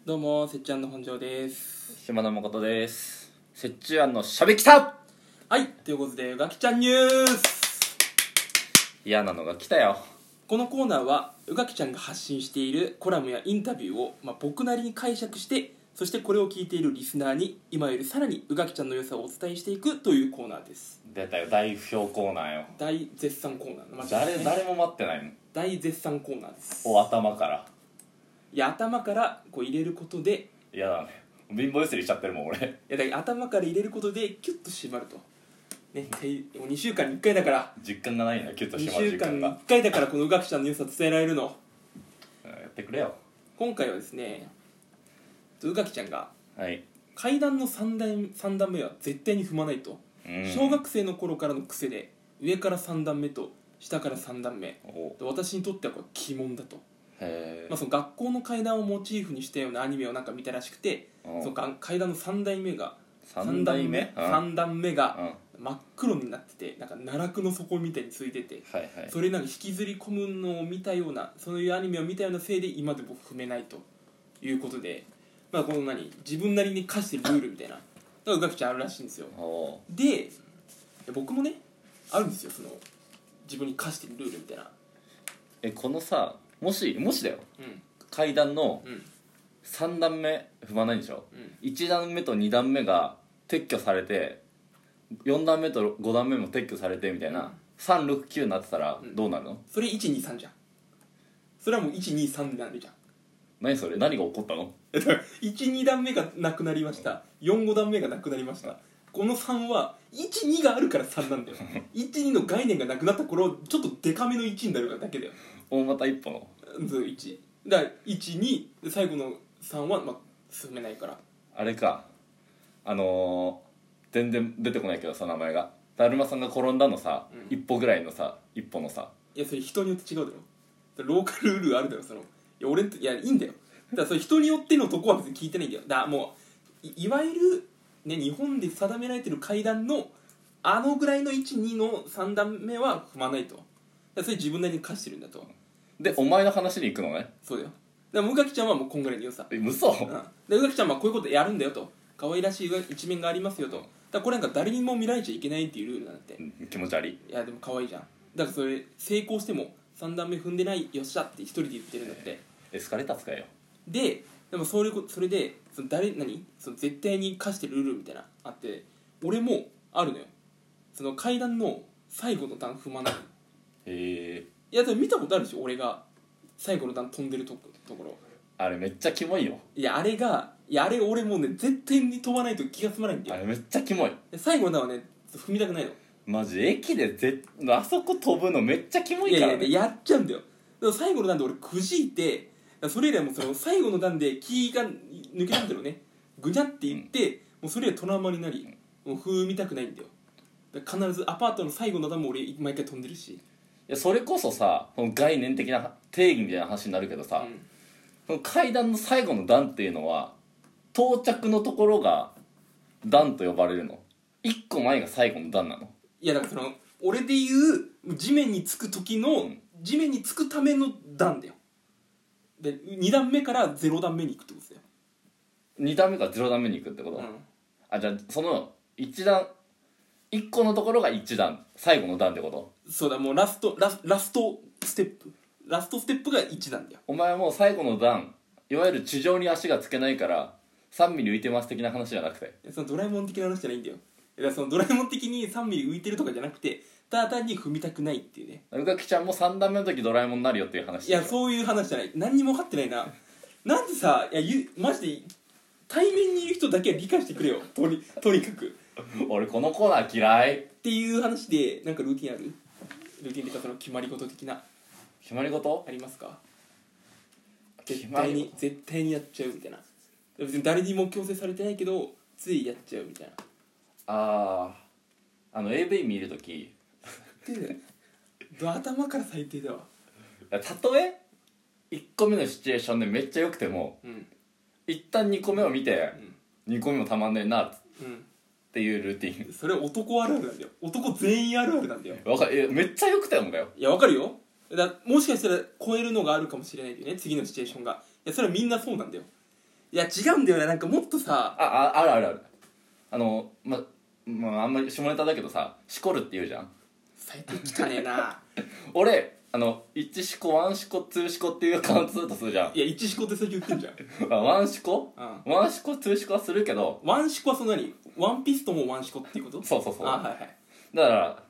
どうも、せっちゃんの本庄です。 島田誠です。折衷案のしゃべきた。 はい、ということで、うがきちゃんニュース。 嫌なのが来たよ。 このコーナーは、うがきちゃんが発信しているコラムやインタビューを、僕なりに解釈して、そしてこれを聞いているリスナーに、今よりさらにうがきちゃんの良さをお伝えしていくというコーナーです。 出たよ、大不評コーナーよ。 大絶賛コーナー、 誰も待ってないの。 大絶賛コーナーです。 頭からいや、頭からこう入れることで、 嫌だね。貧乏ゆすりしちゃってるもん俺。 いやだから頭から入れることでキュッと締まるとね、もう2週間に1回だから実感がないのよ、キュッと 2 締まる週間に実感が。 1回だからこのうがきちゃんの良さ伝えられるの。 やってくれよ。 今回はですね、うがきちゃんがはい。 階段の3段目は絶対に踏まないと、小学生の頃からの癖で上から3段目と下から3段目おで、私にとってはこれ鬼門だと。 へその学校の階段をモチーフにしたようなアニメをなんか見たらしくて、その階段の3段目が 3代目 3段目が真っ黒になってて、なんか奈落の底みたいについてて、 はいはい。 それなんか引きずり込むのを見たような、そういうアニメを見たようなせいで今でも踏めないということで、この自分なりに課してるルールみたいなのがうがきちゃんあるらしいんですよ。 おで僕もねあるんですよ、その自分に課してるルールみたいな。 このさ、もしだよ、 うん階段のうん 3段目踏まないんでしょ、 うん 1段目と2段目が撤去されて4段目と5段目も撤去されてみたいな、369になってたらどうなるの、 それ123じゃん。それはもう123になるじゃん。 何それ、何が起こったの。 だから12段目がなくなりました、45段目がなくなりました。この3は12があるから3なんだよ12の概念がなくなった頃ちょっとデカめの1になるだけだよ。 大股一歩の 1だから12で最後の3は進めないから。 あれか、全然出てこないけどさ、名前がだるまさんが転んだのさ、一歩ぐらいのさ、一歩のさ、 いやそれ人によって違うだろ。ローカルルールあるだろ。そのいや俺いやいいんだよ。だからそれ人によってのとこは別に聞いてないんだよ。だからもう いわゆるね、日本で定められてる階段のあのぐらいの12の3段目は踏まないと。だからそれ自分なりに課してるんだと。 でお前の話に行くのね。 そうだよ。だからうがきちゃんはもうこんぐらいの良さ。 嘘。 でうがきちゃんはこういうことやるんだよと、可愛らしい一面がありますよと。だからこれなんか誰にも見られちゃいけないっていうルールなんだって。 気持ち悪い。 いやでも可愛いじゃん。だからそれ成功しても3段目踏んでないよっしゃって一人で言ってるんだって。 エスカレーター使えよ。 でもそれでそのその絶対に課してるルールみたいなあって、俺もあるのよ。その階段の最後の段踏まない。 へえ。 いやでも見たことあるでしょ、俺が最後の段飛んでるところ。 あれめっちゃキモいよ。 いやあれ俺もうね絶対に飛ばないと気が済まないんだよ。 あれめっちゃキモい。 で最後の段はね踏みたくないの。 マジ駅であそこ飛ぶのめっちゃキモいからね。 いややっちゃうんだよ。でも最後の段で俺くじいて、それ以来もうその最後の段で気が抜けたんだろうね。ぐにゃって言って、もうそれ以来トラウマになり、もう踏みたくないんだよ。だから必ずアパートの最後の段も俺毎回飛んでるし。 いやそれこそさ、その概念的な定義みたいな話になるけどさ、その階段の最後の段っていうのは到着のところが段と呼ばれるの。一個前が最後の段なの。 いやだからその俺で言う地面につく時の、地面につくための段だよ。で2段目から0段目に行くってことだよ。 2段目から0段目に行くってこと、あ、じゃあその1個のところが1段、最後の段ってこと。 そうだ、もうラストステップが1段だよ。 お前はもう最後の段、いわゆる地上に足がつけないから3ミリ浮いてます的な話じゃなくて、 そのドラえもん的な話じゃないんだよ。だからそのドラえもん的に3ミリ浮いてるとかじゃなくて、ただ単に踏みたくないっていうね。 うがきちゃんも3段目の時ドラえもんになるよっていう話。 いやそういう話じゃない。何にも分かってないな。なんでさ、マジで対面にいる人だけは理解してくれよ。とにかく俺このコーナー嫌い。 っていう話で、なんかルーティンある？ルーティンっていうかその決まり事的な決まり事ありますか？絶対にやっちゃうみたいな。別に誰にも強制されてないけどついやっちゃうみたいな。 AV 見るとき、 頭から最低だわ。 たとえ1個目のシチュエーションでめっちゃ良くても、一旦2個目を見て、2個目もたまんねえなっていうルーティン。 それ男あるあるなんだよ。男全員あるあるなんだよ。 めっちゃ良くてもだよ。 いやわかるよ。もしかしたら超えるのがあるかもしれないけどね、次のシチュエーションが。いやそれはみんなそうなんだよ。 いや違うんだよね、なんかもっとさあるあるある。あんまり下ネタだけどさ、しこるって言うじゃん。 最低汚ねえな俺1しこ1しこ2しこっていうカウントするとするじゃん。 いや一思考って最近言ってんじゃんワンしこうんワンしこ2しこはするけど、 ワンシコはその何ワンピストもワンシコっていうこと？ そうそうそう。 あはいはい。 だから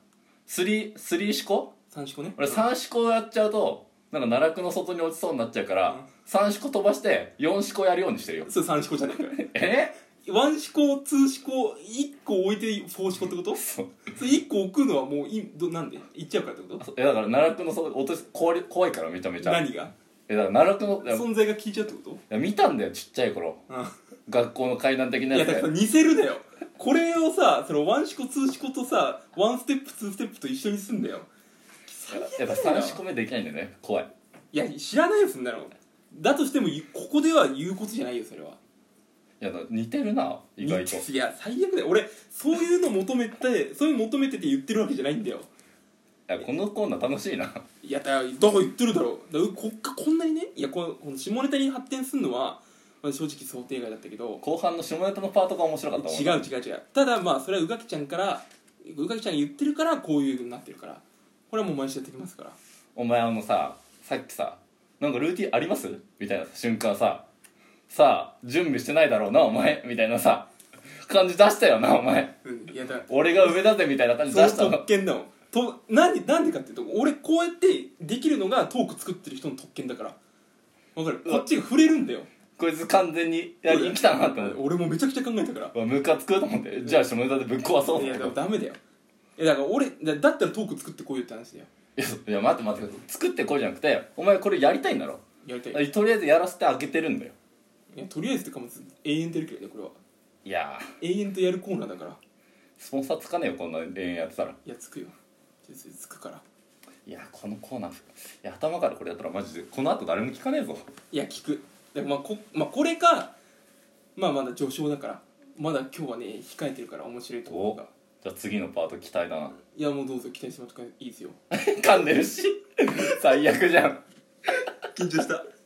3しこ三シコね。 俺3しこやっちゃうとなんか奈落の外に落ちそうになっちゃうから、 うん 3しこ飛ばして4しこやるようにしてるよ。 それ三シコじゃねえかワンシコツーシコ一個置いてフォーシコってこと？ そうそれ一個置くのはもうなんで行っちゃうからってこと？ だから奈落の外落とし怖いからめちゃめちゃ。 何がだから奈落の存在が効いちゃうってこと？ いや見たんだよちっちゃい頃、学校の階段的ないやつで。 やだから似せるだよ。これをさそのワンシコツーシコとさワンステップツーステップと一緒にすんだよ。 やっぱ3しこ目できないんだよね。怖い。 いや知らないよそんなの。だとしてもここでは言うことじゃないよそれは。 いや似てるな意外と。 いや最悪だよ。俺そういうの求めてそういうの求めてて言ってるわけじゃないんだよ。 いやこのコーナー楽しいな。 いやだから言ってるだろう。だからこんなにねいやこの下ネタに発展するのは、まあ、正直想定外だったけど後半の下ネタのパートが面白かったもん。 違う。ただまあそれは宇垣ちゃんが言ってるからこういう風になってるから、これはもう毎週やってきますから。 お前さっきさなんかルーティンありますみたいな瞬間さあ準備してないだろうなお前みたいなさ感じ出したよなお前。 いやだ俺が上だぜみたいな感じ出したの。 その特権だもんなんでかっていうと俺こうやってできるのがトーク作ってる人の特権だから。わかる？こっちが触れるんだよ。 こいつ完全にやりに来たなって思って俺もめちゃくちゃ考えたからムカつくと思って、じゃあ下ネタでぶっ壊そうと思って。 いやだからダメだよ。だから俺だったらトーク作ってこいよって話だよ。 いや待って作ってこいじゃなくてお前これやりたいんだろ。 やりたい。 とりあえずやらせてあげてるんだよ。 いやとりあえずってかも永遠とやるけどねこれは。 いや永遠とやるコーナーだから。 スポンサーつかねえよこんな永遠やってたら。 いやつくよつくから。 いやこのコーナーいや頭からこれやったらマジでこの後誰も聞かねえぞ。 いや聞く。でもこれかまだ序章だからまだ今日はね控えてるから面白いところが。 じゃあ次のパート期待だな。 いやもうどうぞ期待してもらっていいですよ。 噛んでるし最悪じゃん。 緊張した。